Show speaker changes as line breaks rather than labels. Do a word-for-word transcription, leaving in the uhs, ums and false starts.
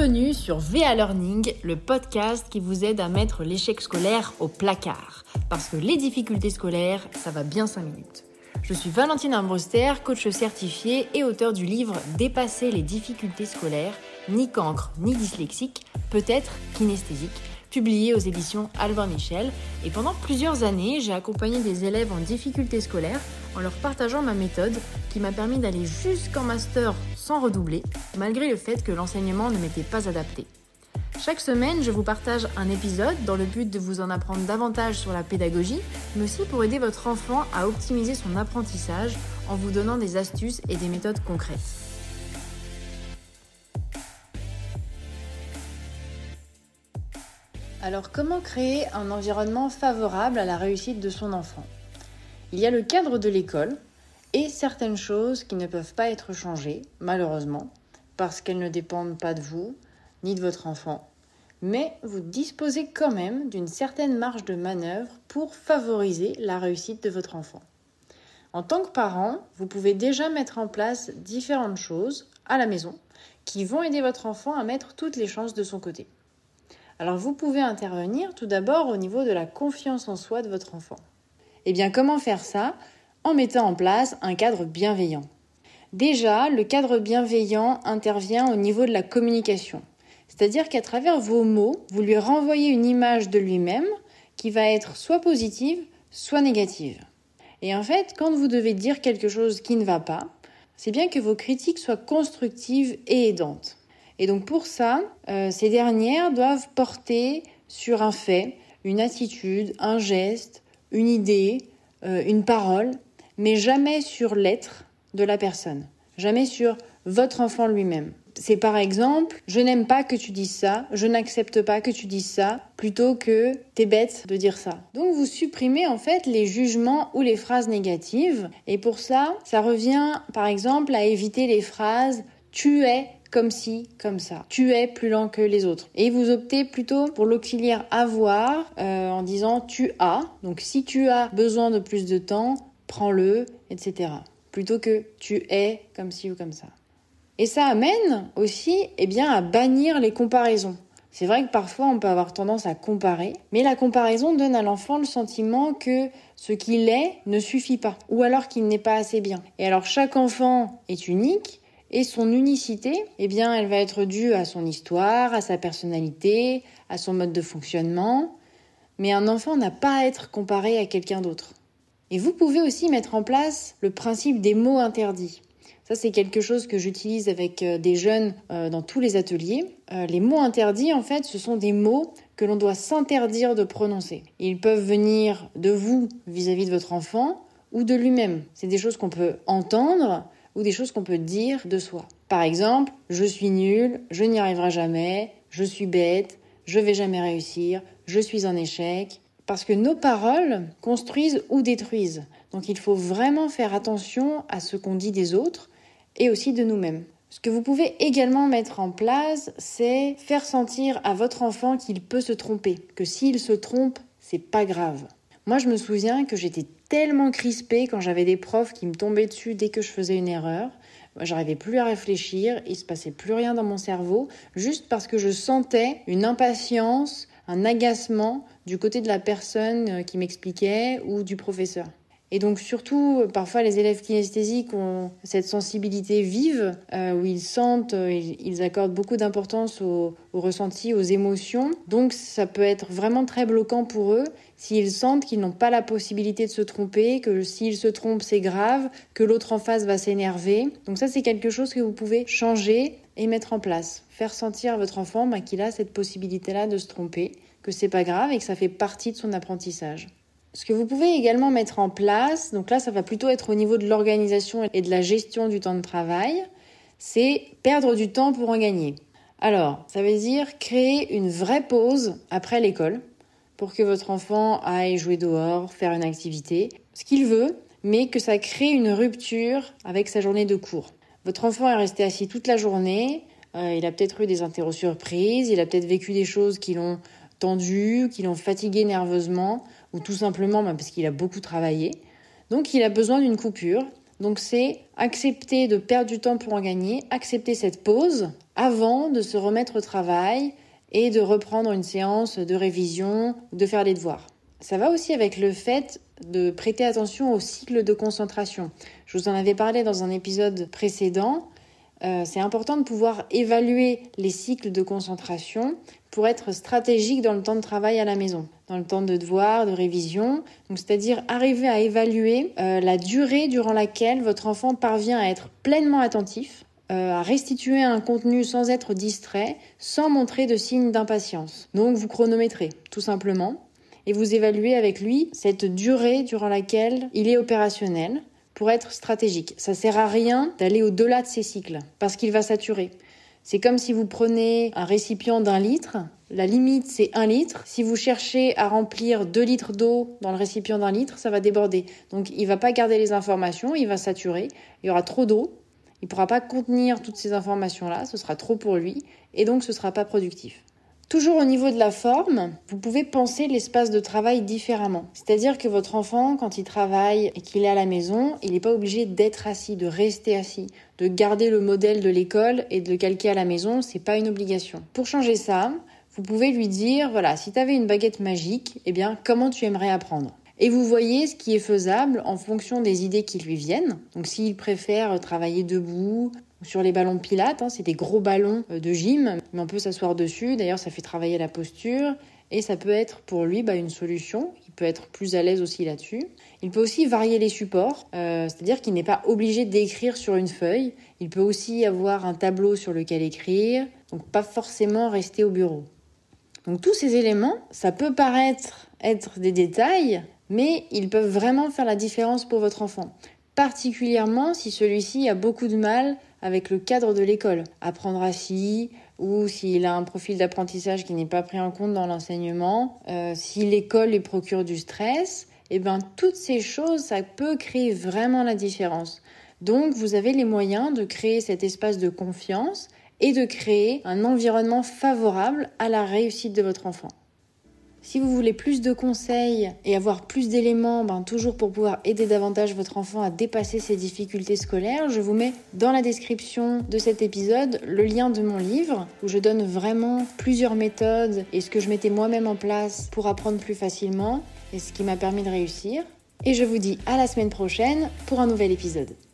Bienvenue sur V A Learning, le podcast qui vous aide à mettre l'échec scolaire au placard. Parce que les difficultés scolaires, ça va bien cinq minutes. Je suis Valentine Armbruster, coach certifiée et auteure du livre « Dépasser les difficultés scolaires, ni cancre ni dyslexique, peut-être kinesthésique », publié aux éditions Albin Michel. Et pendant plusieurs années, j'ai accompagné des élèves en difficulté scolaire en leur partageant ma méthode qui m'a permis d'aller jusqu'en master sans redoubler, malgré le fait que l'enseignement ne m'était pas adapté. Chaque semaine, je vous partage un épisode dans le but de vous en apprendre davantage sur la pédagogie, mais aussi pour aider votre enfant à optimiser son apprentissage en vous donnant des astuces et des méthodes concrètes. Alors, comment créer un environnement favorable à la réussite de son enfant ? Il y a le cadre de l'école et certaines choses qui ne peuvent pas être changées, malheureusement, parce qu'elles ne dépendent pas de vous ni de votre enfant. Mais vous disposez quand même d'une certaine marge de manœuvre pour favoriser la réussite de votre enfant. En tant que parent, vous pouvez déjà mettre en place différentes choses à la maison qui vont aider votre enfant à mettre toutes les chances de son côté. Alors vous pouvez intervenir tout d'abord au niveau de la confiance en soi de votre enfant. Et bien comment faire ça ? En mettant en place un cadre bienveillant. Déjà, le cadre bienveillant intervient au niveau de la communication. C'est-à-dire qu'à travers vos mots, vous lui renvoyez une image de lui-même qui va être soit positive, soit négative. Et en fait, quand vous devez dire quelque chose qui ne va pas, c'est bien que vos critiques soient constructives et aidantes. Et donc pour ça, euh, ces dernières doivent porter sur un fait, une attitude, un geste, une idée, euh, une parole, mais jamais sur l'être de la personne, jamais sur votre enfant lui-même. C'est par exemple, je n'aime pas que tu dises ça, je n'accepte pas que tu dises ça, plutôt que t'es bête de dire ça. Donc vous supprimez en fait les jugements ou les phrases négatives, et pour ça, ça revient par exemple à éviter les phrases « tu es » comme ci, comme ça. Tu es plus lent que les autres. Et vous optez plutôt pour l'auxiliaire avoir euh, en disant tu as. Donc si tu as besoin de plus de temps, prends-le, et cetera. Plutôt que tu es comme ci ou comme ça. Et ça amène aussi eh bien, à bannir les comparaisons. C'est vrai que parfois on peut avoir tendance à comparer, mais la comparaison donne à l'enfant le sentiment que ce qu'il est ne suffit pas, ou alors qu'il n'est pas assez bien. Et alors chaque enfant est unique, et son unicité, eh bien, elle va être due à son histoire, à sa personnalité, à son mode de fonctionnement. Mais un enfant n'a pas à être comparé à quelqu'un d'autre. Et vous pouvez aussi mettre en place le principe des mots interdits. Ça, c'est quelque chose que j'utilise avec des jeunes euh, dans tous les ateliers. Euh, les mots interdits, en fait, ce sont des mots que l'on doit s'interdire de prononcer. Ils peuvent venir de vous vis-à-vis de votre enfant ou de lui-même. C'est des choses qu'on peut entendre ou des choses qu'on peut dire de soi. Par exemple, je suis nul, je n'y arriverai jamais, je suis bête, je vais jamais réussir, je suis un échec. Parce que nos paroles construisent ou détruisent. Donc il faut vraiment faire attention à ce qu'on dit des autres et aussi de nous-mêmes. Ce que vous pouvez également mettre en place, c'est faire sentir à votre enfant qu'il peut se tromper, que s'il se trompe, c'est pas grave. Moi, je me souviens que j'étais tellement crispée quand j'avais des profs qui me tombaient dessus dès que je faisais une erreur. J'arrivais plus à réfléchir, il se passait plus rien dans mon cerveau, juste parce que je sentais une impatience, un agacement du côté de la personne qui m'expliquait ou du professeur. Et donc surtout, parfois les élèves kinesthésiques ont cette sensibilité vive euh, où ils sentent, euh, ils accordent beaucoup d'importance aux, aux ressentis, aux émotions. Donc ça peut être vraiment très bloquant pour eux s'ils sentent qu'ils n'ont pas la possibilité de se tromper, que s'ils se trompent c'est grave, que l'autre en face va s'énerver. Donc ça c'est quelque chose que vous pouvez changer et mettre en place. Faire sentir à votre enfant bah, qu'il a cette possibilité-là de se tromper, que c'est pas grave et que ça fait partie de son apprentissage. Ce que vous pouvez également mettre en place, donc là ça va plutôt être au niveau de l'organisation et de la gestion du temps de travail, c'est perdre du temps pour en gagner. Alors, ça veut dire créer une vraie pause après l'école pour que votre enfant aille jouer dehors, faire une activité, ce qu'il veut, mais que ça crée une rupture avec sa journée de cours. Votre enfant est resté assis toute la journée, euh, il a peut-être eu des interros surprises, il a peut-être vécu des choses qui l'ont tendu, qui l'ont fatigué nerveusement, ou tout simplement bah, parce qu'il a beaucoup travaillé. Donc il a besoin d'une coupure. Donc c'est accepter de perdre du temps pour en gagner, accepter cette pause avant de se remettre au travail et de reprendre une séance de révision, de faire les devoirs. Ça va aussi avec le fait de prêter attention au cycle de concentration. Je vous en avais parlé dans un épisode précédent. Euh, c'est important de pouvoir évaluer les cycles de concentration pour être stratégique dans le temps de travail à la maison, dans le temps de devoir, de révision. Donc, c'est-à-dire arriver à évaluer euh, la durée durant laquelle votre enfant parvient à être pleinement attentif, euh, à restituer un contenu sans être distrait, sans montrer de signes d'impatience. Donc, vous chronométrez, tout simplement, et vous évaluez avec lui cette durée durant laquelle il est opérationnel, pour être stratégique. Ça sert à rien d'aller au-delà de ces cycles parce qu'il va saturer. C'est comme si vous prenez un récipient d'un litre, la limite c'est un litre. Si vous cherchez à remplir deux litres d'eau dans le récipient d'un litre, ça va déborder. Donc il va pas garder les informations, il va saturer, il y aura trop d'eau, il pourra pas contenir toutes ces informations-là, ce sera trop pour lui et donc ce sera pas productif. Toujours au niveau de la forme, vous pouvez penser l'espace de travail différemment. C'est-à-dire que votre enfant, quand il travaille et qu'il est à la maison, il n'est pas obligé d'être assis, de rester assis, de garder le modèle de l'école et de le calquer à la maison, c'est pas une obligation. Pour changer ça, vous pouvez lui dire, voilà, si tu avais une baguette magique, eh bien, comment tu aimerais apprendre ? Et vous voyez ce qui est faisable en fonction des idées qui lui viennent. Donc s'il préfère travailler debout, sur les ballons pilates, hein, c'est des gros ballons de gym, mais on peut s'asseoir dessus. D'ailleurs, ça fait travailler la posture et ça peut être pour lui bah, une solution. Il peut être plus à l'aise aussi là-dessus. Il peut aussi varier les supports, euh, c'est-à-dire qu'il n'est pas obligé d'écrire sur une feuille. Il peut aussi avoir un tableau sur lequel écrire, donc pas forcément rester au bureau. Donc tous ces éléments, ça peut paraître être des détails, mais ils peuvent vraiment faire la différence pour votre enfant. Particulièrement si celui-ci a beaucoup de mal avec le cadre de l'école, apprendre assis, ou s'il a un profil d'apprentissage qui n'est pas pris en compte dans l'enseignement, euh, si l'école lui procure du stress, et ben toutes ces choses, ça peut créer vraiment la différence. Donc vous avez les moyens de créer cet espace de confiance et de créer un environnement favorable à la réussite de votre enfant. Si vous voulez plus de conseils et avoir plus d'éléments, ben, toujours pour pouvoir aider davantage votre enfant à dépasser ses difficultés scolaires, je vous mets dans la description de cet épisode le lien de mon livre où je donne vraiment plusieurs méthodes et ce que je mettais moi-même en place pour apprendre plus facilement et ce qui m'a permis de réussir. Et je vous dis à la semaine prochaine pour un nouvel épisode.